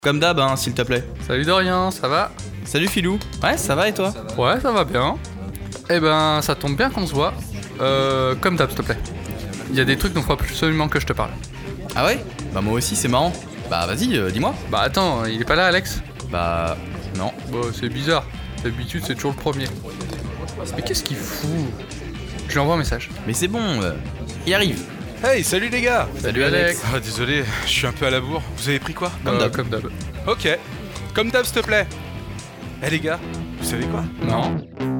Comme d'hab, hein, s'il te plaît. Salut Dorian, ça va? Salut Filou. Ouais, ça va et toi? Ouais, ça va bien. Eh ben, ça tombe bien qu'on se voit. Comme d'hab, s'il te plaît. Il y a des trucs dont il faut absolument que je te parle. Ah ouais? Bah moi aussi, c'est marrant. Bah vas-y, dis-moi. Bah attends, il est pas là, Alex? Bah non. Bah c'est bizarre. D'habitude, c'est toujours le premier. Mais qu'est-ce qu'il fout? Je lui envoie un message. Mais c'est bon, il arrive. Hey, salut les gars! Salut Alex. Ah, désolé, je suis un peu à la bourre. Vous avez pris quoi? Comme d'hab. Comme d'hab. Ok. Comme d'hab, s'il te plaît. Eh les gars, vous savez quoi? Non.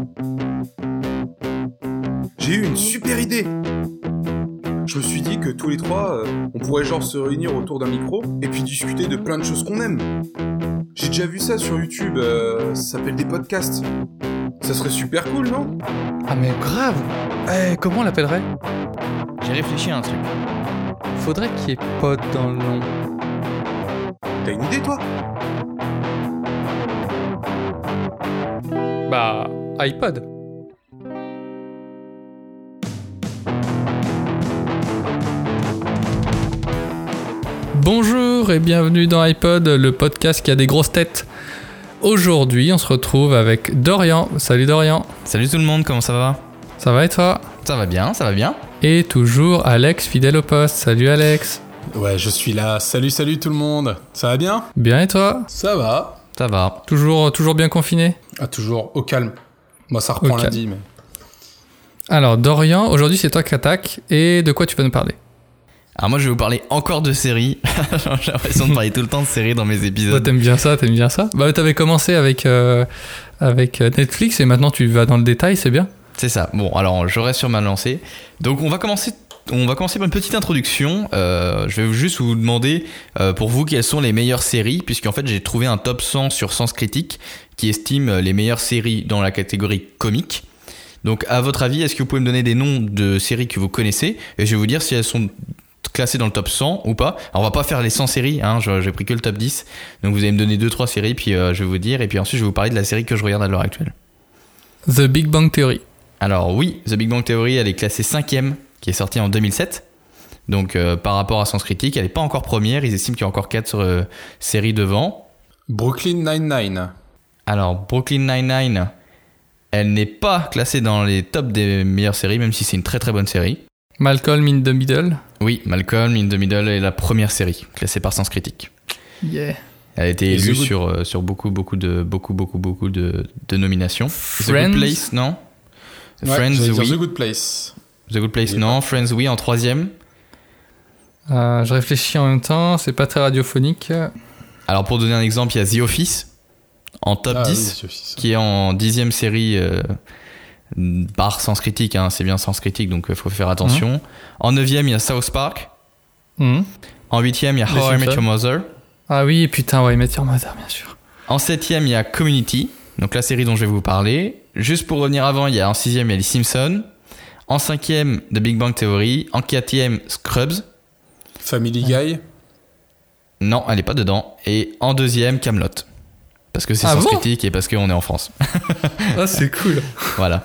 J'ai eu une super idée. Je me suis dit que tous les trois, on pourrait genre se réunir autour d'un micro et puis discuter de plein de choses qu'on aime. J'ai déjà vu ça sur YouTube, ça s'appelle des podcasts. Ça serait super cool, non? Ah mais grave. Comment on l'appellerait? J'ai réfléchi à un truc. Faudrait qu'il y ait pod dans le nom. T'as une idée, toi? Bah, iPod. Bonjour et bienvenue dans iPod, le podcast qui a des grosses têtes. Aujourd'hui, on se retrouve avec Dorian. Salut Dorian. Salut tout le monde, comment ça va? Ça va et toi? Ça va bien, ça va bien. Et toujours Alex, fidèle au poste. Salut Alex. Ouais, je suis là. Salut tout le monde. Ça va bien? Bien et toi? Ça va. Ça va. Toujours bien confiné? Ah, toujours au calme. Moi, ça reprend Au lundi, mais... Alors Dorian, aujourd'hui c'est toi qui attaques. Et de quoi tu vas nous parler? Alors moi je vais vous parler encore de séries. J'ai l'impression de parler tout le temps de séries dans mes épisodes. Ouais, t'aimes bien ça? Bah t'avais commencé avec Netflix et maintenant tu vas dans le détail, c'est bien? C'est ça. Bon, alors je reste sur ma lancée. Donc on va commencer par une petite introduction. Je vais juste vous demander pour vous quelles sont les meilleures séries, puisqu'en fait j'ai trouvé un top 100 sur Sens Critique qui estime les meilleures séries dans la catégorie comique. Donc à votre avis, est-ce que vous pouvez me donner des noms de séries que vous connaissez et je vais vous dire si elles sont classées dans le top 100 ou pas. Alors on va pas faire les 100 séries, hein, j'ai pris que le top 10. Donc vous allez me donner 2-3 séries, puis je vais vous dire, et puis ensuite je vais vous parler de la série que je regarde à l'heure actuelle. The Big Bang Theory. Alors oui, The Big Bang Theory, elle est classée 5ème, qui est sortie en 2007. Donc par rapport à Sens Critique, elle n'est pas encore première, ils estiment qu'il y a encore 4 séries devant. Brooklyn Nine-Nine. Alors Brooklyn Nine-Nine, elle n'est pas classée dans les tops des meilleures séries, même si c'est une très très bonne série. Malcolm in the Middle. Oui, Malcolm in the Middle est la première série, classée par Sens Critique. Yeah. Elle a été Et élue The sur beaucoup de nominations. Friends. The Good Place, non? Ouais, Friends, j'allais dire oui. The Good Place. The Good Place, non. Friends, oui, en 3ème. Je réfléchis en même temps, c'est pas très radiophonique. Alors pour donner un exemple, il y a The Office en top 10, Oui, The Office. qui est en 10ème série par Sens Critique, hein, c'est bien Sens Critique, donc il faut faire attention. En 9ème, il y a South Park. En 8ème, il y a How I Met Your Mother. Ah oui, putain, ouais, Met Your Mother, bien sûr. En 7ème, il y a Community, donc la série dont je vais vous parler. Juste pour revenir avant, il y a en 6ème, il y a les Simpsons. En 5ème, The Big Bang Theory. En 4ème, Scrubs. Family Guy. Non, elle est pas dedans. Et en 2ème, Kaamelott. Parce que c'est Ah Sens bon Critique et parce qu'on est en France. Ah, c'est cool. Voilà.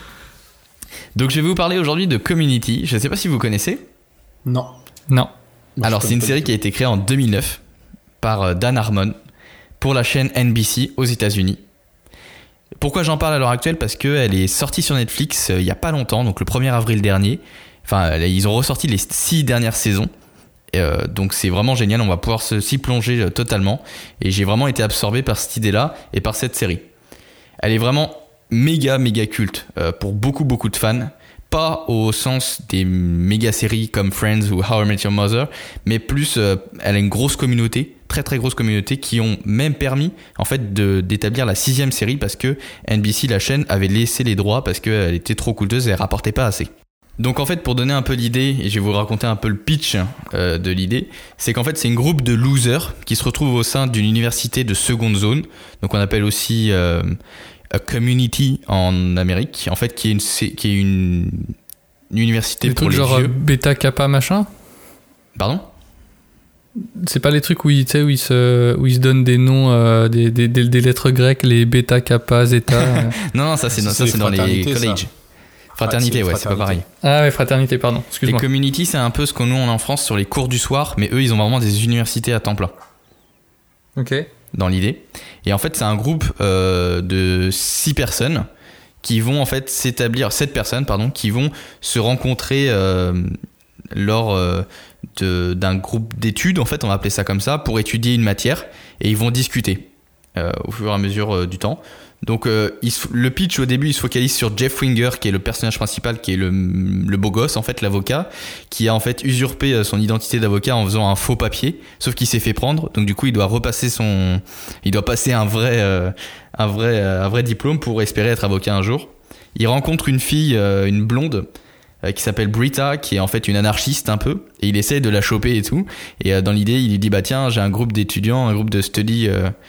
Donc je vais vous parler aujourd'hui de Community. Je ne sais pas si vous connaissez. Non. Non. Moi, Alors je c'est une connais pas série du qui a été créée en 2009 par Dan Harmon pour la chaîne NBC aux États-Unis. Pourquoi j'en parle à l'heure actuelle? Parce qu'elle est sortie sur Netflix il n'y a pas longtemps, donc le 1er avril dernier. Enfin, ils ont ressorti les 6 dernières saisons. Donc c'est vraiment génial, on va pouvoir s'y plonger totalement. Et j'ai vraiment été absorbé par cette idée-là et par cette série. Elle est vraiment méga culte pour beaucoup de fans. Pas au sens des méga séries comme Friends ou How I Met Your Mother, mais plus elle a une grosse communauté, très grosse communauté, qui ont même permis en fait d'établir la 6ème série parce que NBC, la chaîne, avait laissé les droits parce qu'elle était trop coûteuse et elle rapportait pas assez. Donc en fait, pour donner un peu l'idée, et je vais vous raconter un peu le pitch de l'idée, c'est qu'en fait c'est un groupe de losers qui se retrouvent au sein d'une université de seconde zone, donc on appelle aussi a community en Amérique, en fait qui est une université Des pour trucs les genre vieux. bêta kappa machin. Pardon? C'est pas les trucs où ils se donnent des noms, des lettres grecques, les bêta kappa, zeta. Non, ça c'est C'est dans les fraternité, ça. collèges. Fraternité, c'est ouais, c'est pas pareil. Ah ouais, fraternité, pardon. Les Excuse-moi. community, c'est un peu ce qu'on nous on a en France sur les cours du soir, mais eux, ils ont vraiment des universités à temps plein. Ok. dans l'idée. Et en fait, c'est un groupe de 6 personnes qui vont en fait s'établir, 7 personnes, pardon, qui vont se rencontrer lors d'un groupe d'études, en fait, on va appeler ça comme ça, pour étudier une matière, et ils vont discuter au fur et à mesure du temps. Donc le pitch au début il se focalise sur Jeff Winger qui est le personnage principal, qui est le beau gosse en fait, l'avocat, qui a en fait usurpé son identité d'avocat en faisant un faux papier, sauf qu'il s'est fait prendre, donc du coup il doit passer un vrai diplôme pour espérer être avocat un jour. Il rencontre une fille, une blonde qui s'appelle Britta, qui est en fait une anarchiste un peu, et il essaye de la choper et tout, et dans l'idée il lui dit bah tiens, j'ai un groupe d'étudiants, un groupe de study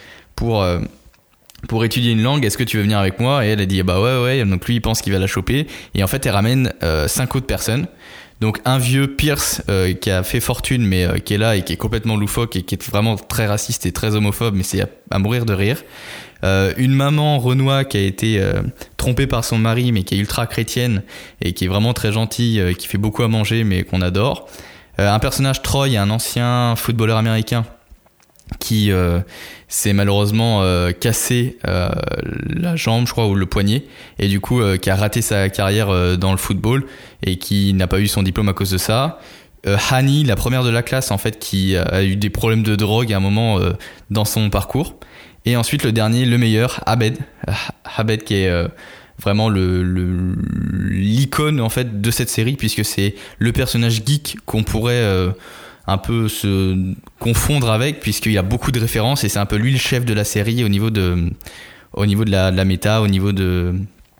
pour étudier une langue, est-ce que tu veux venir avec moi? Et elle a dit bah ouais, donc lui il pense qu'il va la choper, et en fait elle ramène 5 autres personnes, donc un vieux Pierce qui a fait fortune mais qui est là et qui est complètement loufoque et qui est vraiment très raciste et très homophobe, mais c'est à mourir de rire, une maman Renoir qui a été trompée par son mari mais qui est ultra chrétienne et qui est vraiment très gentille, qui fait beaucoup à manger mais qu'on adore, un personnage Troy, un ancien footballeur américain qui s'est malheureusement cassé la jambe, je crois, ou le poignet, et du coup qui a raté sa carrière dans le football et qui n'a pas eu son diplôme à cause de ça. Hani, la première de la classe en fait, qui a eu des problèmes de drogue à un moment dans son parcours. Et ensuite le dernier, le meilleur, Abed qui est vraiment l'icône en fait de cette série, puisque c'est le personnage geek qu'on pourrait un peu se confondre avec, puisqu'il a beaucoup de références et c'est un peu lui le chef de la série au niveau de la méta, au niveau des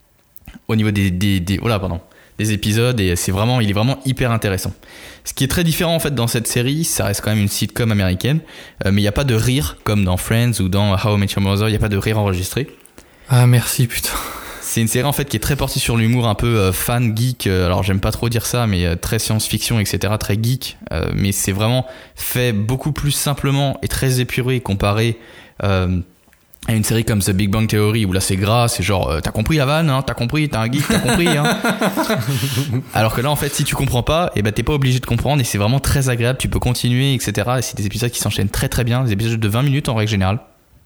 épisodes, et il est vraiment hyper intéressant. Ce qui est très différent en fait dans cette série, ça reste quand même une sitcom américaine, mais il n'y a pas de rire comme dans Friends ou dans How I Met Your Mother, il n'y a pas de rire enregistré. Ah merci putain. C'est une série en fait qui est très portée sur l'humour un peu fan geek, alors j'aime pas trop dire ça, mais très science-fiction, etc., très geek, mais c'est vraiment fait beaucoup plus simplement et très épuré comparé à une série comme The Big Bang Theory où là c'est gras, c'est genre t'as compris la vanne, hein, t'as compris, t'es un geek, t'as compris, hein. Alors que là en fait si tu comprends pas, et ben t'es pas obligé de comprendre, et c'est vraiment très agréable, tu peux continuer, etc. Et c'est des épisodes qui s'enchaînent très très bien, des épisodes de 20 minutes en règle générale,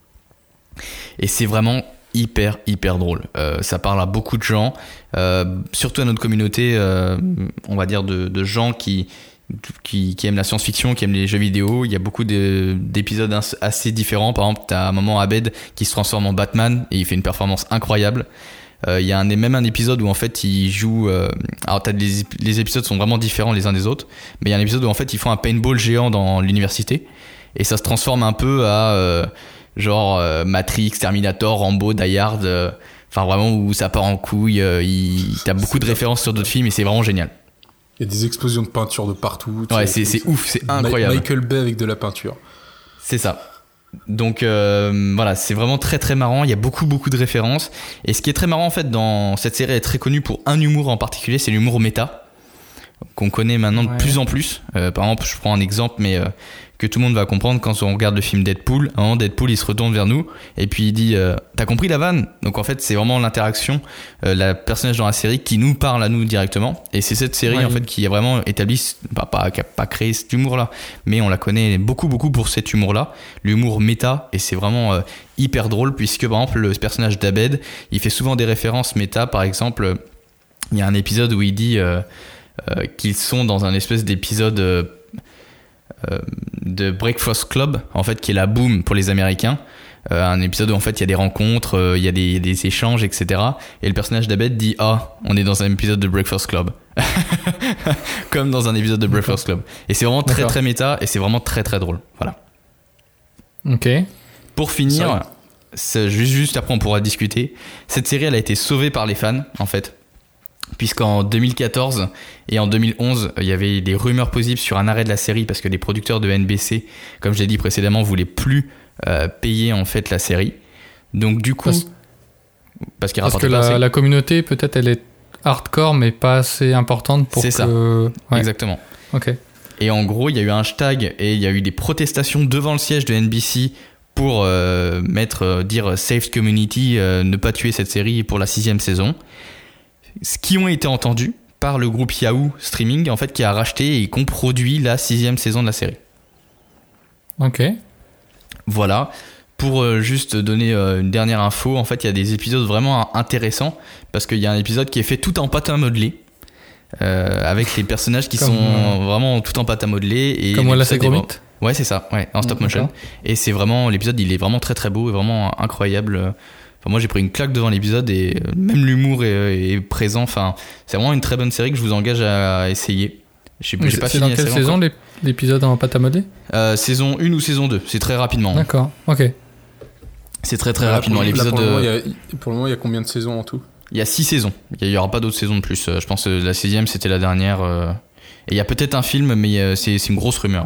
et c'est vraiment hyper drôle. Ça parle à beaucoup de gens, surtout à notre communauté, on va dire de gens qui aiment la science-fiction, qui aiment les jeux vidéo. Il y a beaucoup d'épisodes assez différents. Par exemple, t'as un moment Abed qui se transforme en Batman et il fait une performance incroyable. Il y a même un épisode où en fait il joue. Alors les épisodes sont vraiment différents les uns des autres, mais il y a un épisode où en fait ils font un paintball géant dans l'université et ça se transforme un peu à Matrix, Terminator, Rambo, Die Hard, enfin vraiment où ça part en couille. T'as beaucoup de références sur d'autres films et c'est vraiment génial. Il y a des explosions de peinture de partout. Ouais, c'est ouf, c'est incroyable. Michael Bay avec de la peinture. C'est ça. Donc voilà, c'est vraiment très très marrant, il y a beaucoup de références, et ce qui est très marrant en fait dans cette série, elle est très connue pour un humour en particulier, c'est l'humour méta qu'on connaît maintenant de plus en plus. Par exemple, je prends un exemple mais que tout le monde va comprendre quand on regarde le film Deadpool. À un moment, Deadpool il se retourne vers nous et puis il dit t'as compris la vanne? Donc en fait c'est vraiment l'interaction, la personnage dans la série qui nous parle à nous directement, et c'est cette série en fait qui a vraiment établi, qui a pas créé cet humour là, mais on la connaît beaucoup pour cet humour là, l'humour méta, et c'est vraiment hyper drôle, puisque par exemple le personnage d'Abed il fait souvent des références méta. Par exemple il y a un épisode où il dit qu'ils sont dans un espèce d'épisode de Breakfast Club en fait, qui est la boom pour les Américains, un épisode où en fait il y a des rencontres, il y a des échanges, etc. Et le personnage d'Abed dit on est dans un épisode de Breakfast Club comme dans un épisode de Breakfast Club, et c'est vraiment très méta, et c'est vraiment très drôle. Voilà. Ok. Pour finir, juste après on pourra discuter, cette série elle a été sauvée par les fans en fait, puisqu'en 2014 et en 2011 il y avait des rumeurs possibles sur un arrêt de la série parce que les producteurs de NBC, comme je l'ai dit précédemment, voulaient plus payer en fait la série. Donc du coup parce que la communauté peut-être elle est hardcore mais pas assez importante pour c'est que... ça. Exactement. Ok. Et en gros il y a eu un hashtag et il y a eu des protestations devant le siège de NBC pour dire Save Community, ne pas tuer cette série pour la 6e saison. Ce qui ont été entendus par le groupe Yahoo Streaming en fait, qui a racheté et qui ont produit la 6e saison de la série. Ok. Voilà. Pour juste donner une dernière info, en fait, il y a des épisodes vraiment intéressants parce qu'il y a un épisode qui est fait tout en pâte à modeler. Avec les personnages qui sont vraiment tout en pâte à modeler. Et comme Wallace et Gromit. Ouais, c'est ça, en stop motion. Et c'est vraiment, l'épisode, il est vraiment très très beau et vraiment incroyable. Enfin, moi, j'ai pris une claque devant l'épisode et même l'humour est présent. Enfin, c'est vraiment une très bonne série que je vous engage à essayer. J'ai pas c'est fini dans quelle saison encore. l'épisode en pâte à modeler? Saison 1 ou saison 2, c'est très rapidement. D'accord, ok. C'est très très rapidement. L'épisode. Pour le moment, il y a combien de saisons en tout? Il y a 6 saisons. Il y aura pas d'autres saisons de plus. Je pense que la 6e c'était la dernière. Et il y a peut-être un film, mais c'est une grosse rumeur.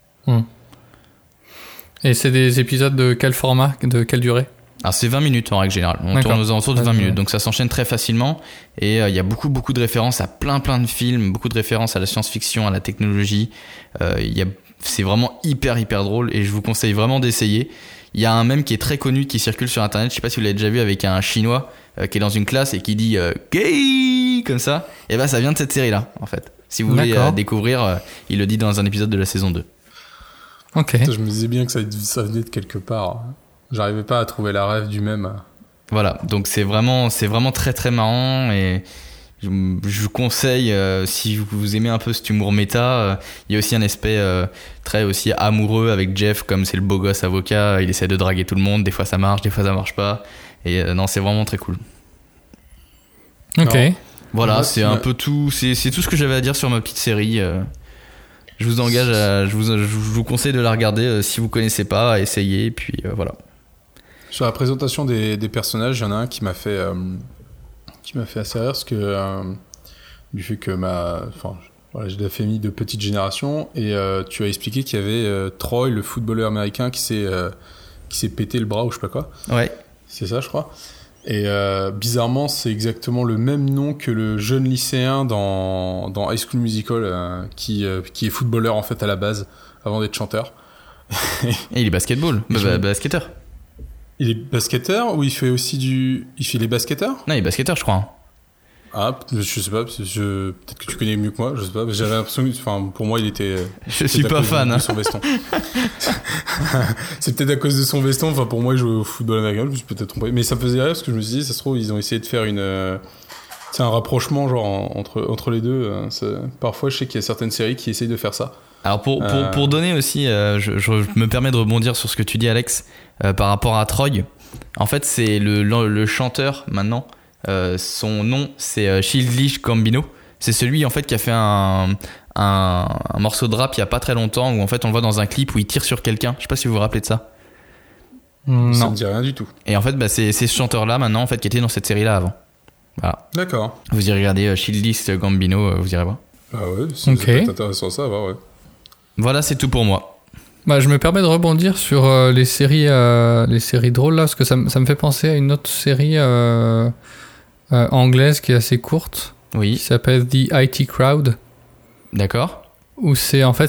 Et c'est des épisodes de quel format, de quelle durée? Alors c'est 20 minutes en règle générale. On tourne aux alentours de 20 minutes, donc ça s'enchaîne très facilement. Et il y a beaucoup de références à plein de films, beaucoup de références à la science-fiction, à la technologie. C'est vraiment hyper drôle et je vous conseille vraiment d'essayer. Il y a un mème qui est très connu qui circule sur internet, je sais pas si vous l'avez déjà vu, avec un chinois qui est dans une classe et qui dit gay comme ça. Et ben ça vient de cette série là en fait. Si vous voulez découvrir, il le dit dans un épisode de la saison 2. Ok. Je me disais bien que ça venait de quelque part. J'arrivais pas à trouver la rêve du même. Voilà, donc c'est vraiment très très marrant et je vous conseille, si vous aimez un peu cet humour méta, il y a aussi un aspect très aussi amoureux avec Jeff, comme c'est le beau gosse avocat, il essaie de draguer tout le monde, des fois ça marche, des fois ça marche pas, et non, c'est vraiment très cool. Ok. Alors, voilà, c'est un peu tout, c'est tout ce que j'avais à dire sur ma petite série. Je vous engage, je vous conseille de la regarder si vous connaissez pas, à essayer, et puis voilà. Sur la présentation des personnages, il y en a un qui m'a fait assez rire parce que du fait que j'ai de la famille de petite génération et tu as expliqué qu'il y avait Troy, le footballeur américain qui s'est pété le bras ou je sais pas quoi. Ouais. C'est ça, je crois. Et bizarrement, c'est exactement le même nom que le jeune lycéen dans High School Musical qui est footballeur en fait à la base avant d'être chanteur. Et il est basketteur. Il est basketteur ou il fait aussi il fait les basketteurs? Non, il est basketteur, je crois. Ah, je sais pas, peut-être que tu connais mieux que moi, je sais pas, j'avais l'impression que, pour moi, il était... Je suis pas fan. De son veston. C'est peut-être à cause de son veston, enfin, pour moi, il jouait au football américain, je me suis peut-être trompé. Mais ça me faisait rire, parce que je me suis dit, ça se trouve, ils ont essayé de faire c'est un rapprochement, genre, entre les deux. Parfois, je sais qu'il y a certaines séries qui essayent de faire ça. Alors pour donner aussi, je me permets de rebondir sur ce que tu dis, Alex, par rapport à Troy. En fait, c'est le chanteur maintenant. Son nom, c'est Childish Gambino. C'est celui en fait qui a fait un morceau de rap il y a pas très longtemps où en fait on le voit dans un clip où il tire sur quelqu'un. Je sais pas si vous vous rappelez de ça. Non. Ça me dit rien du tout. Et en fait, c'est ce chanteur-là maintenant en fait qui était dans cette série-là avant. Voilà. D'accord. Vous irez regarder Childish Gambino, vous irez voir. Ah ouais, c'est peut-être intéressant ça à voir, ouais. Voilà, c'est tout pour moi. Je me permets de rebondir sur les séries drôles là, parce que ça me fait penser à une autre série anglaise qui est assez courte, Oui. qui s'appelle The IT Crowd. D'accord. Où c'est en fait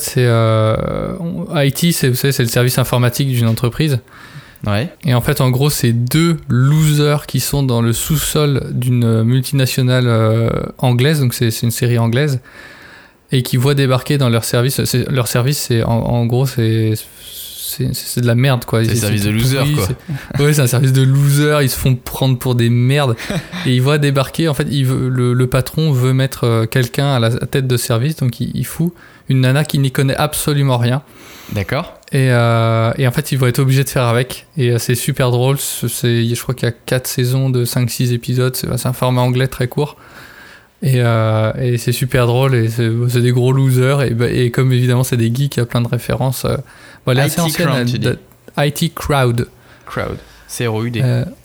IT, vous savez, c'est le service informatique d'une entreprise. Ouais. Et en fait, en gros, c'est 2 losers qui sont dans le sous-sol d'une multinationale anglaise, donc c'est une série anglaise, et qui voient débarquer dans leur service. Leur service, c'est en gros, c'est de la merde, quoi. C'est un service de losers, quoi. Ouais, c'est un service de losers. Ils se font prendre pour des merdes. Et ils voient débarquer. En fait, le patron veut mettre quelqu'un à la tête de service, donc il fout une nana qui n'y connaît absolument rien. D'accord. Et en fait, ils vont être obligés de faire avec. Et c'est super drôle. Je crois qu'il y a 4 saisons de 5-6 épisodes. C'est un format anglais très court. Et c'est super drôle. Et c'est des gros losers. Et comme évidemment, c'est des geeks, il y a plein de références. Elle est assez ancienne. IT Crowd. Crowd. C-R-O-U-D.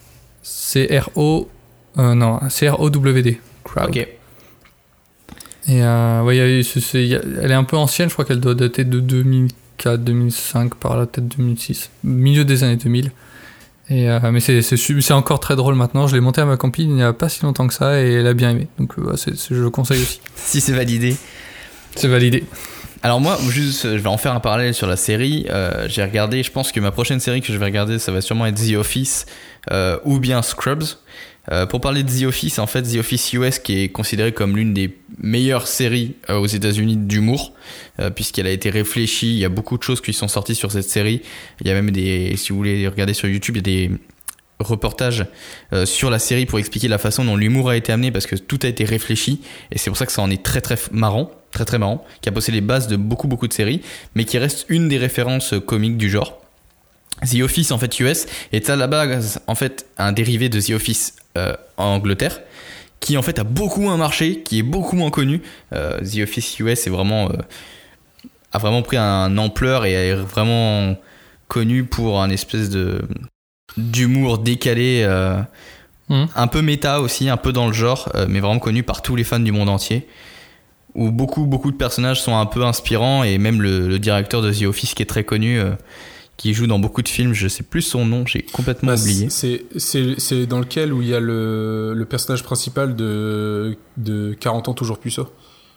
C-R-O-W-D. Crowd. Ok. Et elle est un peu ancienne. Je crois qu'elle doit dater de 2004, 2005, par là, peut-être 2006. Milieu des années 2000. Mais c'est encore très drôle maintenant. Je l'ai monté à ma copine il n'y a pas si longtemps que ça et elle a bien aimé. Donc je le conseille aussi. Si c'est validé. C'est validé. Alors moi, juste, je vais en faire un parallèle sur la série. J'ai regardé, je pense que ma prochaine série que je vais regarder, ça va sûrement être The Office ou bien Scrubs. Pour parler de The Office, en fait, The Office US, qui est considérée comme l'une des meilleures séries aux États-Unis d'humour, puisqu'elle a été réfléchie. Il y a beaucoup de choses qui sont sorties sur cette série. Il y a même si vous voulez regarder sur YouTube, il y a des reportages sur la série pour expliquer la façon dont l'humour a été amené, parce que tout a été réfléchi. Et c'est pour ça que ça en est très très marrant, très marrant, qui a posé les bases de beaucoup de séries, mais qui reste une des références comiques du genre. The Office en fait US est à la base en fait un dérivé de The Office en Angleterre, qui en fait a beaucoup moins marché, qui est beaucoup moins connu. The Office US est vraiment a vraiment pris un ampleur et est vraiment connu pour un espèce d'humour décalé, un peu méta aussi, un peu dans le genre, mais vraiment connu par tous les fans du monde entier, où beaucoup de personnages sont un peu inspirants, et même le directeur de The Office qui est très connu, qui joue dans beaucoup de films, je sais plus son nom, j'ai complètement oublié. C'est dans lequel où il y a le personnage principal de 40 ans toujours puceau.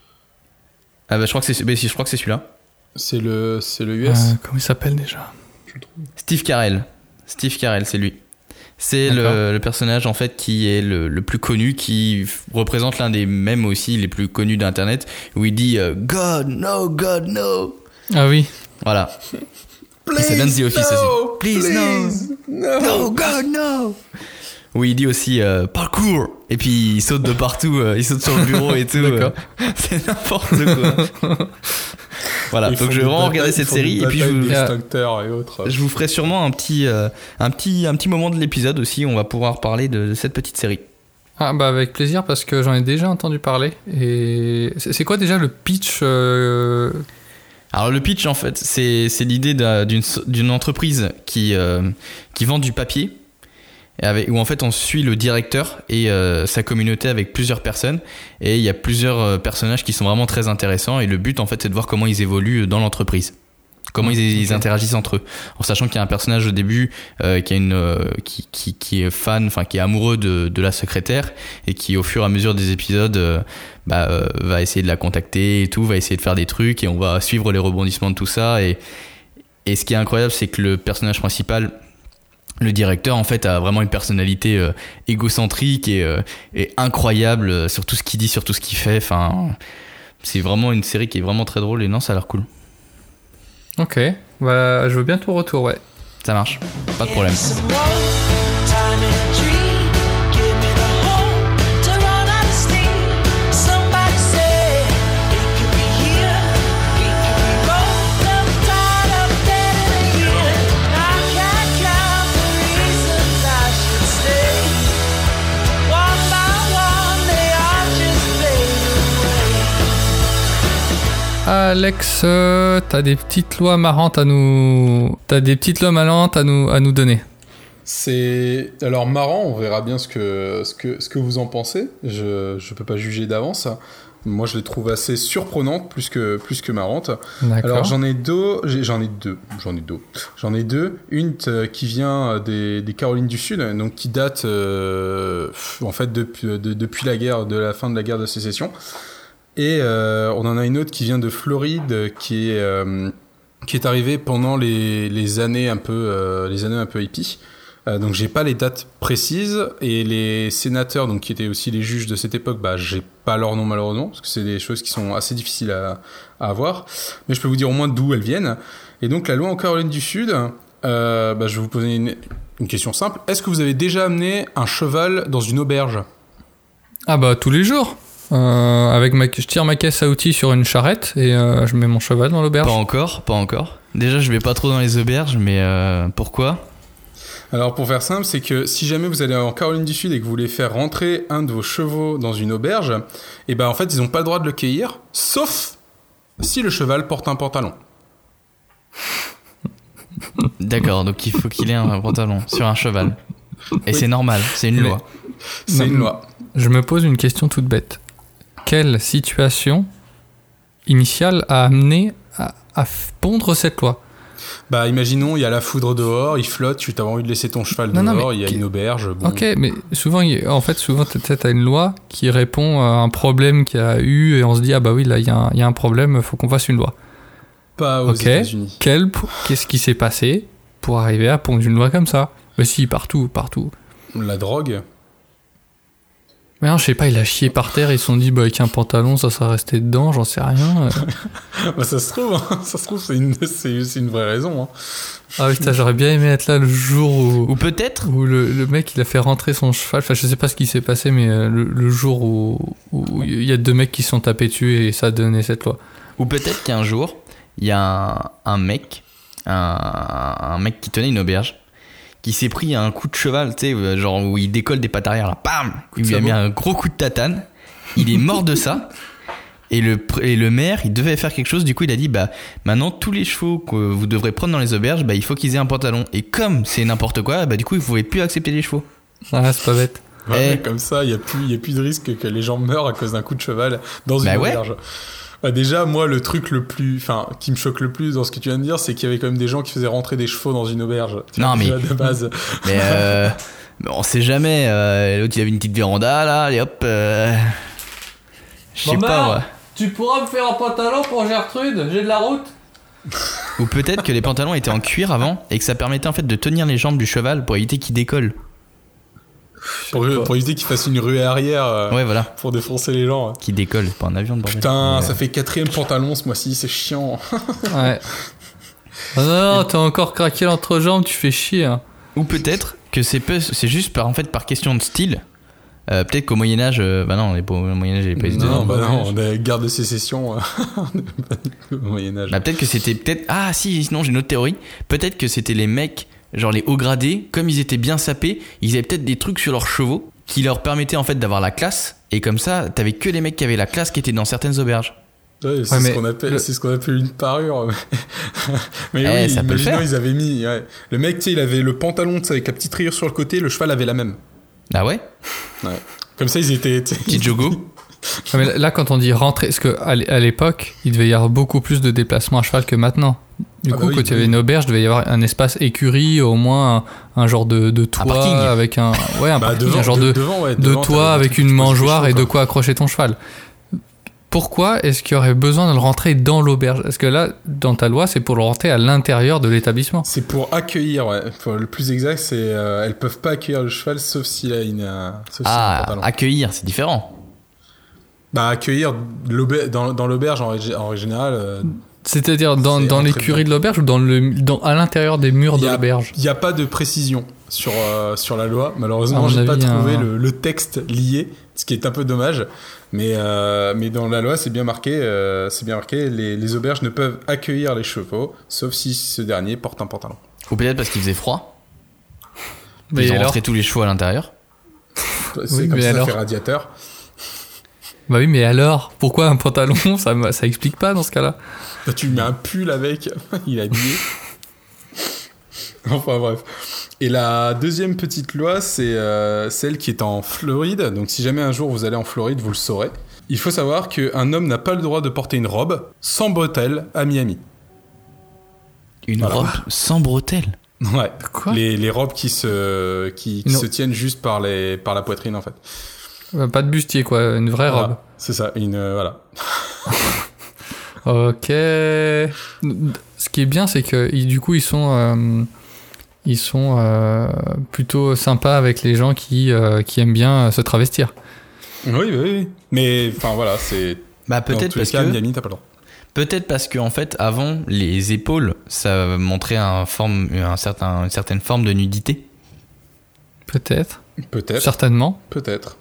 Ah bah je crois que c'est celui-là. C'est le US. Comment il s'appelle déjà? Steve Carell, c'est lui. C'est le personnage en fait qui est le plus connu, qui représente l'un des mèmes aussi les plus connus d'internet, où il dit God no. Ah oui. Voilà. Et ça vient de The Office aussi. Please no, God no. Où il dit aussi parkour, et puis il saute de partout, il saute sur le bureau et tout. C'est n'importe quoi. Voilà, donc je vais vraiment regarder cette série, et puis je vous ferai sûrement un petit moment de l'épisode aussi, on va pouvoir parler de cette petite série. Ah bah avec plaisir, parce que j'en ai déjà entendu parler. Et c'est quoi déjà le pitch Alors le pitch en fait, c'est l'idée d'une entreprise qui vend du papier, où en fait on suit le directeur et sa communauté avec plusieurs personnes, et il y a plusieurs personnages qui sont vraiment très intéressants, et le but en fait c'est de voir comment ils évoluent dans l'entreprise, comment ils interagissent entre eux, en sachant qu'il y a un personnage au début qui est fan, enfin qui est amoureux de la secrétaire, et qui au fur et à mesure des épisodes va essayer de la contacter et tout, va essayer de faire des trucs, et on va suivre les rebondissements de tout ça, et ce qui est incroyable, c'est que le personnage principal, le directeur, en fait, a vraiment une personnalité égocentrique et incroyable sur tout ce qu'il dit, sur tout ce qu'il fait. Enfin, c'est vraiment une série qui est vraiment très drôle, et non, ça a l'air cool. Ok, bah, je veux bien ton retour, ouais. Ça marche, pas de problème. Alex, t'as des petites lois marrantes à nous donner. C'est alors marrant, on verra bien ce que vous en pensez. Je peux pas juger d'avance. Moi, je les trouve assez surprenantes, plus que marrantes. D'accord. Alors j'en ai deux. Une qui vient des Carolines du Sud, donc qui date en fait depuis la fin de la guerre de sécession. Et on en a une autre qui vient de Floride, qui est arrivée pendant les années un peu hippies. Donc j'ai pas les dates précises, et les sénateurs, donc qui étaient aussi les juges de cette époque, j'ai pas leur nom malheureusement, parce que c'est des choses qui sont assez difficiles à avoir. Mais je peux vous dire au moins d'où elles viennent. Et donc la loi en Caroline du Sud, je vais vous poser une question simple. Est-ce que vous avez déjà amené un cheval dans une auberge ? Ah bah tous les jours. Je tire ma caisse à outils sur une charrette et je mets mon cheval dans l'auberge. Pas encore. Déjà, je vais pas trop dans les auberges, mais pourquoi ? Alors pour faire simple, c'est que si jamais vous allez en Caroline du Sud et que vous voulez faire rentrer un de vos chevaux dans une auberge, et en fait ils n'ont pas le droit de le cueillir, sauf si le cheval porte un pantalon. D'accord, donc il faut qu'il ait un pantalon sur un cheval. Et c'est normal, c'est une loi. C'est une loi. Je me pose une question toute bête. Quelle situation initiale a amené à pondre cette loi ? Imaginons, il y a la foudre dehors, il flotte, tu as envie de laisser ton cheval dehors, il y a une auberge. Bon. Ok, mais souvent t'as une loi qui répond à un problème qu'il y a eu, et on se dit, ah bah oui, là, il y a un problème, faut qu'on fasse une loi. Pas aux États-Unis. Qu'est-ce qui s'est passé pour arriver à pondre une loi comme ça ? Mais si, partout. La drogue ? Mais non, je sais pas, il a chié par terre, ils se sont dit, bah, avec un pantalon, ça serait resté dedans, j'en sais rien. Bah, ça se trouve, c'est une vraie raison. Hein. Ah putain, j'aurais bien aimé être là le jour Ou peut-être où le mec, il a fait rentrer son cheval. Enfin, je sais pas ce qui s'est passé, mais le jour où il y a 2 mecs qui se sont tapés dessus et ça a donné cette loi. Ou peut-être qu'un jour, il y a un mec qui tenait une auberge, qui s'est pris un coup de cheval, tu sais, genre où il décolle des pattes arrière, là, bam, il lui a mis un gros coup de tatane, il est mort de ça, et le maire, il devait faire quelque chose, du coup il a dit, bah maintenant tous les chevaux que vous devrez prendre dans les auberges, bah il faut qu'ils aient un pantalon, et comme c'est n'importe quoi, bah du coup vous pouvez plus accepter les chevaux. Ah, c'est pas bête. Ouais, comme ça, il y a plus de risque que les gens meurent à cause d'un coup de cheval dans une auberge. Bah déjà, moi, le truc qui me choque le plus dans ce que tu viens de dire, c'est qu'il y avait quand même des gens qui faisaient rentrer des chevaux dans une auberge. Non, mais de base. Mais on sait jamais. L'autre, il avait une petite véranda là, allez hop. Je sais pas moi. Tu pourras me faire un pantalon pour Gertrude, j'ai de la route. Ou peut-être que les pantalons étaient en cuir avant et que ça permettait en fait de tenir les jambes du cheval pour éviter qu'il décolle. Pour éviter qu'il fasse une ruée arrière. Ouais, voilà. Pour défoncer les gens. Qui décolle, c'est pas un avion de bordel. Putain, ça fait 4e pantalon ce mois-ci, c'est chiant. Ouais. Ah non, t'as encore craqué l'entrejambe, tu fais chier. Hein. Ou peut-être que c'est juste par question de style. Peut-être qu'au Moyen-Âge, bah non, au Moyen-Âge, il n'y avait pas les Non, bah non, on a guerre de sécession au Moyen-Âge. Bah peut-être que c'était Ah si, sinon j'ai une autre théorie. Peut-être que c'était les mecs, genre les hauts gradés, comme ils étaient bien sapés, ils avaient peut-être des trucs sur leurs chevaux qui leur permettaient en fait d'avoir la classe. Et comme ça, t'avais que les mecs qui avaient la classe qui étaient dans certaines auberges. Ouais, c'est ce qu'on appelle une parure. Mais oui, ça peut le faire. Ils avaient mis. Ouais. Le mec, tu sais, il avait le pantalon avec la petite rayure sur le côté, le cheval avait la même. Ah ouais. Comme ça, ils étaient. Petit jogo. Ouais, mais là, quand on dit rentrer, parce qu'à l'époque, il devait y avoir beaucoup plus de déplacements à cheval que maintenant. Du coup, quand il y avait une auberge, il devait y avoir un espace écurie, au moins un genre de toit avec un. Ouais, un parking, un genre de toit avec une mangeoire et de quoi accrocher ton cheval. Pourquoi est-ce qu'il y aurait besoin de le rentrer dans l'auberge ? Est-ce que là, dans ta loi, c'est pour le rentrer à l'intérieur de l'établissement ? C'est pour accueillir, ouais. Le plus exact, c'est elles peuvent pas accueillir le cheval sauf s'il a un pantalon. Accueillir, c'est différent. Bah, accueillir dans l'auberge en général. C'est-à-dire dans l'écurie de l'auberge ou à l'intérieur des murs de l'auberge ? Il n'y a pas de précision sur la loi. Malheureusement, j'ai pas trouvé le texte lié, ce qui est un peu dommage. Mais dans la loi, c'est bien marqué. Les auberges ne peuvent accueillir les chevaux, sauf si ce dernier porte un pantalon. Ou peut-être parce qu'il faisait froid. Ils ont rentré tous les chevaux à l'intérieur. C'est comme ça, ça fait radiateur. Bah oui, mais alors, pourquoi un pantalon ? Ça explique pas dans ce cas-là. Bah, tu mets un pull avec, il est habillé. Enfin bref. Et la deuxième petite loi, c'est celle qui est en Floride. Donc si jamais un jour vous allez en Floride, vous le saurez. Il faut savoir qu'un homme n'a pas le droit de porter une robe sans bretelles à Miami. Une robe sans bretelles ? Ouais. Quoi ? Les robes qui se tiennent juste par la poitrine en fait. Pas de bustier quoi, une vraie robe. C'est ça, voilà. Ok. Ce qui est bien, c'est que du coup ils sont plutôt sympas avec les gens qui aiment bien se travestir. Oui. Mais enfin voilà, c'est. Bah peut-être parce que Miami, t'as pas le droit. Peut-être parce que en fait avant les épaules ça montrait une certaine forme de nudité. Peut-être. Peut-être. Certainement. Peut-être.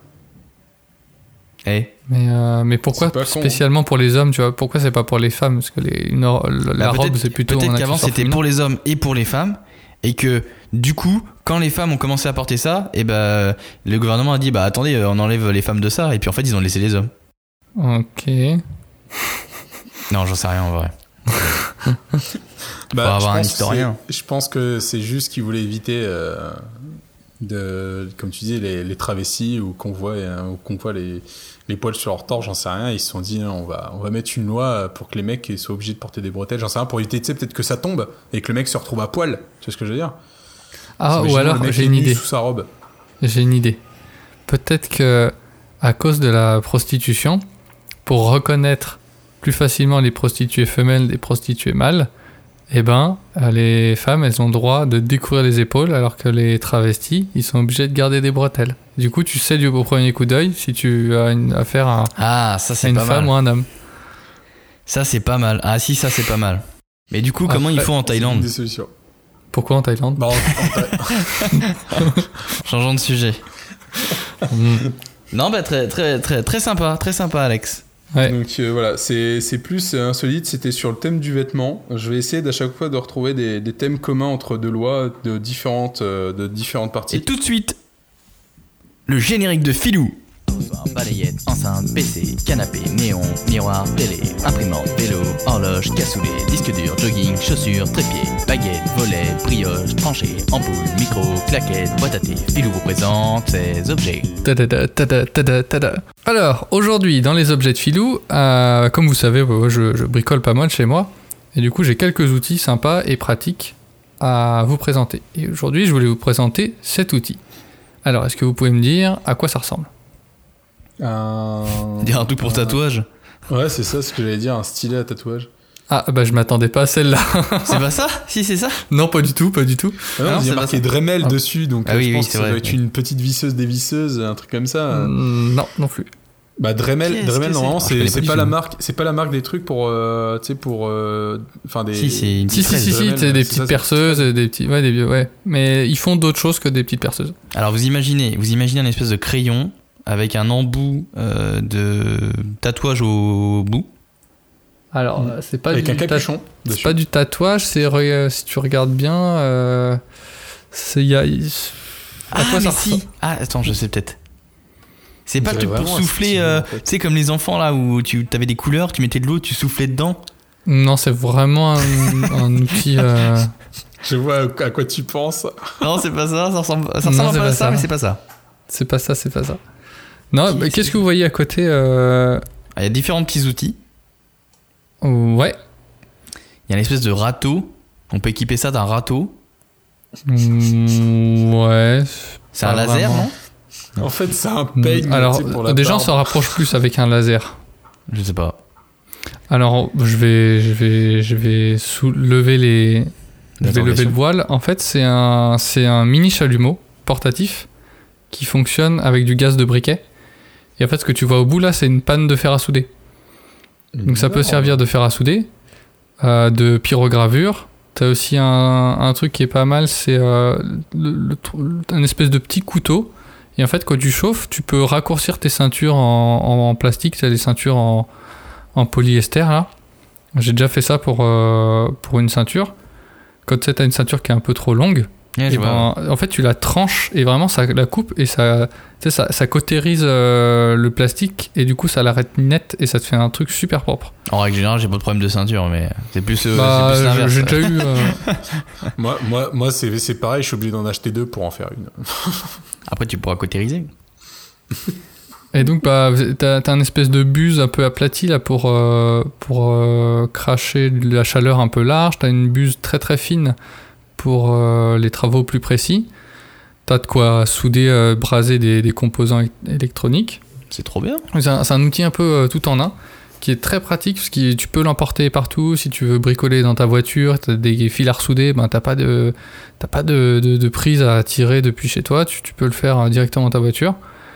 Mais pourquoi spécialement pour les hommes, tu vois ? Pourquoi c'est pas pour les femmes ? Parce que la robe c'est plutôt. Peut-être qu'avant c'était pour les hommes et pour les femmes, et que du coup quand les femmes ont commencé à porter ça, et le gouvernement a dit attendez, on enlève les femmes de ça, et puis en fait ils ont laissé les hommes. Ok. Non, j'en sais rien en vrai. Pour avoir un historien. Je pense que c'est juste qu'ils voulaient éviter comme tu disais, les travestis ou qu'on voit les poils sur leur torse, j'en sais rien. Ils se sont dit on va mettre une loi pour que les mecs soient obligés de porter des bretelles, j'en sais rien, pour éviter, tu sais, peut-être que ça tombe et que le mec se retrouve à poil, tu sais ce que je veux dire. Ou alors j'ai une idée. Sous sa robe. J'ai une idée. Peut-être que à cause de la prostitution, pour reconnaître plus facilement les prostituées femelles des prostituées mâles, eh ben, les femmes, elles ont le droit de découvrir les épaules, alors que les travestis, ils sont obligés de garder des bretelles. Du coup, tu sais au premier coup d'œil si tu as affaire à, Ça c'est à une pas femme mal. ou un homme. Ça c'est pas mal. Ah si, ça c'est pas mal. Mais du coup, comment ils font en Thaïlande? Des solutions. Pourquoi en Thaïlande? Bah, Changeons de sujet. Non, bah très très sympa, Alex. Ouais. donc voilà, c'est plus insolite, c'était sur le thème du vêtement. Je vais essayer d'à chaque fois de retrouver des thèmes communs entre deux lois de différentes parties. Et tout de suite, le générique de Filou. Balayette, enceinte, PC, canapé, néon, miroir, télé, imprimante, vélo, horloge, cassoulet, disque dur, jogging, chaussures, trépied, baguette, volet, brioche, tranchée, ampoule, micro, claquette, boîte à thé. Filou vous présente ces objets. Tada, tada, tada, tada. Alors, aujourd'hui, dans les objets de Filou, comme vous savez, je bricole pas mal chez moi. Et du coup, j'ai quelques outils sympas et pratiques à vous présenter. Et aujourd'hui, je voulais vous présenter cet outil. Alors, est-ce que vous pouvez me dire à quoi ça ressemble ? Dire un truc pour tatouage. Ouais, c'est ça ce que j'allais dire, un stylet à tatouage. Ah, bah je m'attendais pas à celle-là. C'est pas ça? Si, c'est ça. Non, pas du tout, pas du tout. Ah non, non, il y c'est a pas marqué ça. Dremel Ah. dessus, donc Ah oui, je pense oui, que c'est ça vrai, doit être oui. une petite visseuse dévisseuse, un truc comme ça. Non, non plus. Bah Dremel, Qu'est-ce Dremel que normalement c'est ? Je connais c'est pas pas du la tout. marque, c'est pas la marque des trucs pour tu sais pour enfin des Si, c'est une Si, petite fraise. si, Dremel, c'est des c'est petites ça, perceuses, des petits, ouais. Mais ils font d'autres choses que des petites perceuses. Alors vous imaginez un espèce de crayon avec un embout de tatouage au bout. Alors, c'est pas avec du un capuchon c'est dessus. pas du tatouage, c'est si tu regardes bien, c'est à quoi ça ressemble ? Ah, attends, je sais peut-être. C'est pas On le truc dirait pour vraiment un souffler, stylo, en tu fait. sais, comme les enfants là où tu avais des couleurs, tu mettais de l'eau, tu soufflais dedans. Non, c'est vraiment un outil. Je vois à quoi tu penses. Non, c'est pas ça, ça ressemble Non, un c'est peu pas à ça. ça, mais c'est pas ça. C'est pas ça. Non, mais qu'est-ce que vous voyez à côté Il y a différents petits outils. Ouais. Il y a une espèce de râteau. On peut équiper ça d'un râteau. Ouais. C'est Pas un laser, vraiment. non? En fait, c'est un peigne. Alors, tu sais, pour la déjà, on barbe. s'en rapproche plus avec un laser. Je sais pas. Alors, je vais lever le voile. En fait, c'est un mini chalumeau portatif qui fonctionne avec du gaz de briquet. Et en fait, ce que tu vois au bout là, c'est une panne de fer à souder. Donc ça peut servir de fer à souder, de pyrogravure. T'as aussi un truc qui est pas mal, c'est un espèce de petit couteau. Et en fait, quand tu chauffes, tu peux raccourcir tes ceintures en plastique. T'as des ceintures en polyester là. J'ai déjà fait ça pour une ceinture. Quand tu sais, t'as une ceinture qui est un peu trop longue, Ouais, je et vois. en fait, tu la tranches et vraiment ça la coupe et ça cautérise le plastique et du coup ça l'arrête net et ça te fait un truc super propre. En règle générale, j'ai pas de problème de ceinture, mais c'est plus Bah, l'inverse. j'ai déjà eu. Moi c'est pareil, je suis obligé d'en acheter deux pour en faire une. Après, tu pourras cautériser. Et donc, bah, t'as un espèce de buse un peu aplatie là pour cracher de la chaleur un peu large. T'as une buse très très fine pour les travaux plus précis. T'as de quoi souder, braser des composants électroniques. C'est trop bien. C'est un outil un peu tout en un qui est très pratique parce que tu peux l'emporter partout. Si tu veux bricoler dans ta voiture, t'as des fils à ressouder, ben t'as pas de prise à tirer depuis chez toi. Tu peux le faire directement dans ta voiture.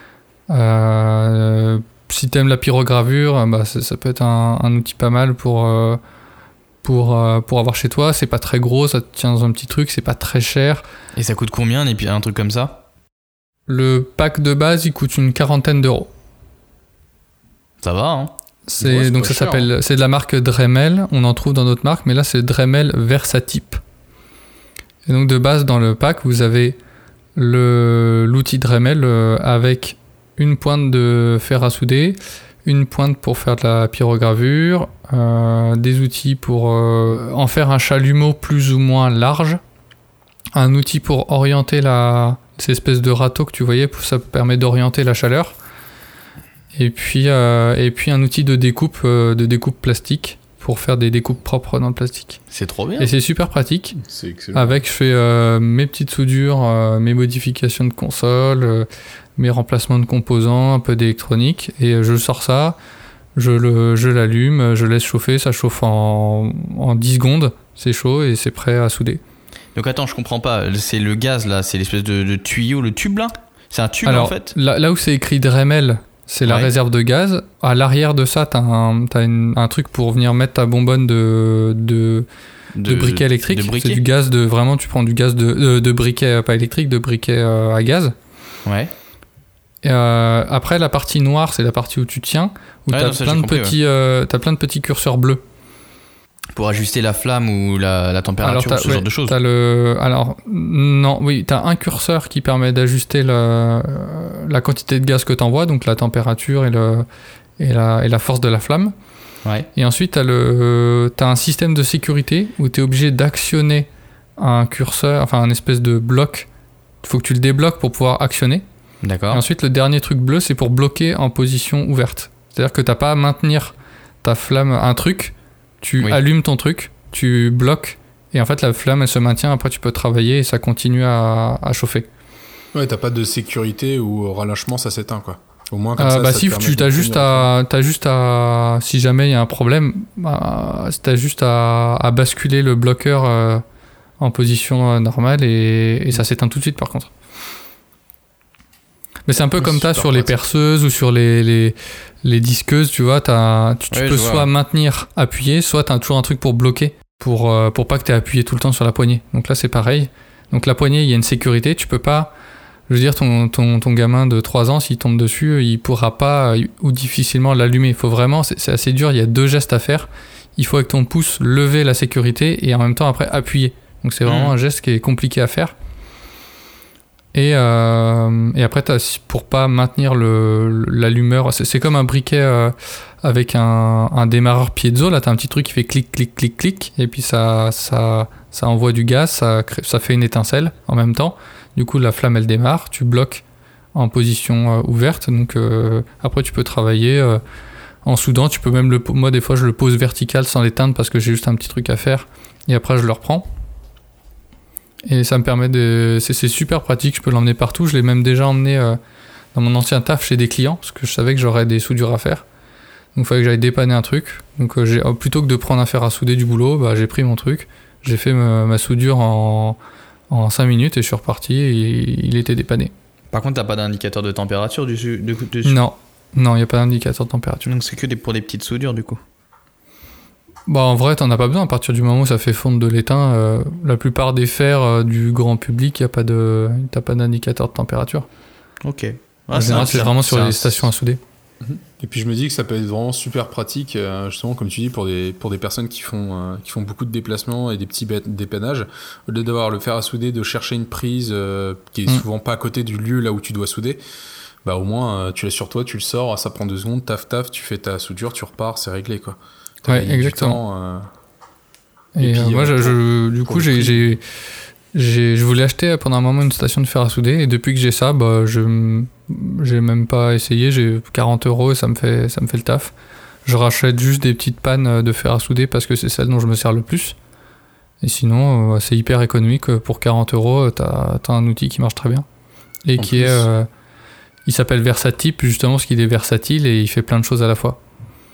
Si t'aimes la pyrogravure, bah ça peut être un outil pas mal pour avoir chez toi. C'est pas très gros, ça te tient dans un petit truc, c'est pas très cher. Et ça coûte combien, et puis un truc comme ça? Le pack de base, il coûte une 40aine d'euros. Ça va, hein? Ouais, c'est Donc pas ça cher, s'appelle, c'est de la marque Dremel. On en trouve dans d'autres marques, mais là c'est Dremel Versatype. Et donc de base dans le pack, vous avez l'outil Dremel avec une pointe de fer à souder, une pointe pour faire de la pyrogravure, des outils pour en faire un chalumeau plus ou moins large, un outil pour orienter ces espèces de râteaux que tu voyais, ça permet d'orienter la chaleur. Et puis un outil de découpe plastique pour faire des découpes propres dans le plastique. C'est trop bien. Et c'est super pratique. C'est excellent. Avec, je fais mes petites soudures, mes modifications de console, mes remplacements de composants, un peu d'électronique. Et je sors ça, je l'allume, je laisse chauffer, ça chauffe en 10 secondes. c'est chaud et c'est prêt à souder. Donc attends, je comprends pas. C'est le gaz là, c'est l'espèce de tuyau, le tube là. C'est un tube Alors, en fait. Là où c'est écrit Dremel, c'est la réserve de gaz. À l'arrière de ça, t'as un truc pour venir mettre ta bonbonne de briquet électrique. C'est du gaz de vraiment, tu prends du gaz de briquet pas électrique, de briquet à gaz. Ouais. Après, la partie noire, c'est la partie où tu tiens, où t'as plein de petits curseurs bleus. Pour ajuster la flamme ou la température, ou ce genre de choses. T'as un curseur qui permet d'ajuster la quantité de gaz que t'envoies, donc la température et la force de la flamme. Ouais. Et ensuite, t'as un système de sécurité où t'es obligé d'actionner un curseur, enfin un espèce de bloc. Il faut que tu le débloques pour pouvoir actionner. D'accord. Et ensuite, le dernier truc bleu, c'est pour bloquer en position ouverte. C'est-à-dire que t'as pas à maintenir ta flamme, un truc. Tu allumes ton truc, tu bloques, et en fait la flamme elle se maintient, après tu peux travailler et ça continue à chauffer. Ouais, t'as pas de sécurité ou au relâchement ça s'éteint quoi. Au moins comme ça. Si tu t'as juste à si jamais il y a un problème, t'as juste à basculer le bloqueur en position normale et ça s'éteint tout de suite par contre. Mais c'est un peu comme t'as sur les perceuses ou sur les disqueuses, tu vois, tu peux soit maintenir appuyé, soit t'as toujours un truc pour bloquer, pour pas que t'aies appuyé tout le temps sur la poignée. Donc là c'est pareil. Donc la poignée, il y a une sécurité, tu peux pas, je veux dire, ton gamin de 3 ans, s'il tombe dessus, il pourra pas ou difficilement l'allumer. Il faut vraiment, c'est assez dur, il y a 2 gestes à faire. Il faut avec ton pouce lever la sécurité et en même temps après appuyer. Donc c'est vraiment un geste qui est compliqué à faire. Et après, pour pas maintenir l'allumeur, c'est comme un briquet avec un démarreur piezo. Là, t'as un petit truc qui fait clic, clic, clic, clic. Et puis ça envoie du gaz, ça fait une étincelle en même temps. Du coup, la flamme, elle démarre. Tu bloques en position ouverte. Donc après, tu peux travailler en soudant. Tu peux même moi, des fois, je le pose vertical sans l'éteindre parce que j'ai juste un petit truc à faire. Et après, je le reprends. Et ça me permet c'est super pratique, je peux l'emmener partout. Je l'ai même déjà emmené dans mon ancien taf chez des clients, parce que je savais que j'aurais des soudures à faire. Donc il fallait que j'aille dépanner un truc. Donc plutôt que de prendre un fer à souder du boulot, j'ai pris mon truc, j'ai fait ma soudure en 5 minutes et je suis reparti et il était dépanné. Par contre, t'as pas d'indicateur de température dessus? Non, il n'y a pas d'indicateur de température. Donc c'est que pour des petites soudures du coup? En vrai, t'en as pas besoin. À partir du moment où ça fait fondre de l'étain, la plupart des fers du grand public, t'as pas d'indicateur de température. Ok. En général, c'est vraiment sur les stations à souder. Et puis je me dis que ça peut être vraiment super pratique, justement comme tu dis, pour des personnes qui font beaucoup de déplacements et des petits dépannages. Au lieu d'avoir le fer à souder, de chercher une prise qui est souvent pas à côté du lieu là où tu dois souder, au moins tu l'as sur toi, tu le sors, ça prend 2 secondes, taf, tu fais ta soudure, tu repars, c'est réglé quoi. Ouais, exactement. Et puis, moi, du coup, je voulais acheter pendant un moment une station de fer à souder, et depuis que j'ai ça, j'ai même pas essayé. J'ai 40 € et ça me fait le taf. Je rachète juste des petites pannes de fer à souder parce que c'est celle dont je me sers le plus. Et sinon, c'est hyper économique. Pour 40 €, t'as un outil qui marche très bien et il s'appelle Versatype justement parce qu'il est versatile et il fait plein de choses à la fois.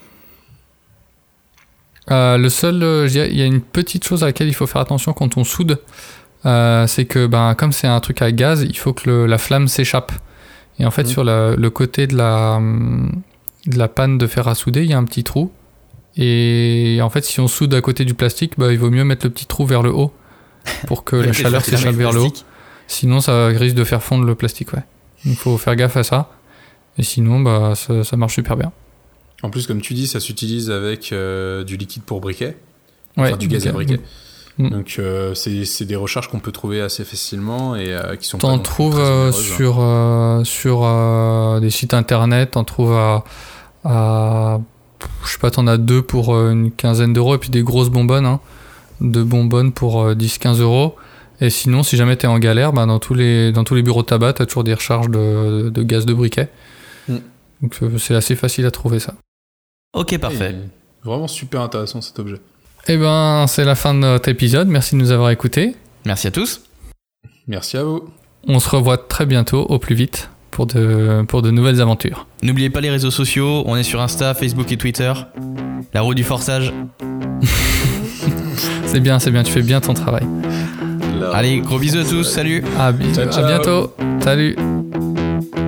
Il y a une petite chose à laquelle il faut faire attention quand on soude, c'est que comme c'est un truc à gaz, il faut que la flamme s'échappe. Et en fait, sur le côté de la panne de fer à souder, il y a un petit trou. Et en fait, si on soude à côté du plastique, il vaut mieux mettre le petit trou vers le haut pour que la chaleur s'échappe vers le haut. Sinon, ça risque de faire fondre le plastique. Ouais. Il faut faire gaffe à ça. Et sinon, ça marche super bien. En plus, comme tu dis, ça s'utilise avec du liquide pour briquet, du gaz à briquet. Donc, c'est des recherches qu'on peut trouver assez facilement et qui sont t'en trouves sur des sites internet, t'en trouves à je sais pas, t'en as 2 pour une quinzaine d'euros et puis des grosses bonbonnes, 2 bonbonnes pour 10-15 €. Et sinon, si jamais t'es en galère, dans tous les bureaux de tabac, t'as toujours des recharges de gaz de briquet. Donc, c'est assez facile à trouver ça. Ok, parfait. Vraiment super intéressant cet objet. Eh ben, c'est la fin de notre épisode. Merci de nous avoir écoutés. Merci à tous. Merci à vous. On se revoit très bientôt, au plus vite, pour de nouvelles aventures. N'oubliez pas les réseaux sociaux. On est sur Insta, Facebook et Twitter. La roue du forçage. C'est bien, tu fais bien ton travail. Allez, gros bisous à tous, salut. À Ciao, ciao. bientôt. Salut.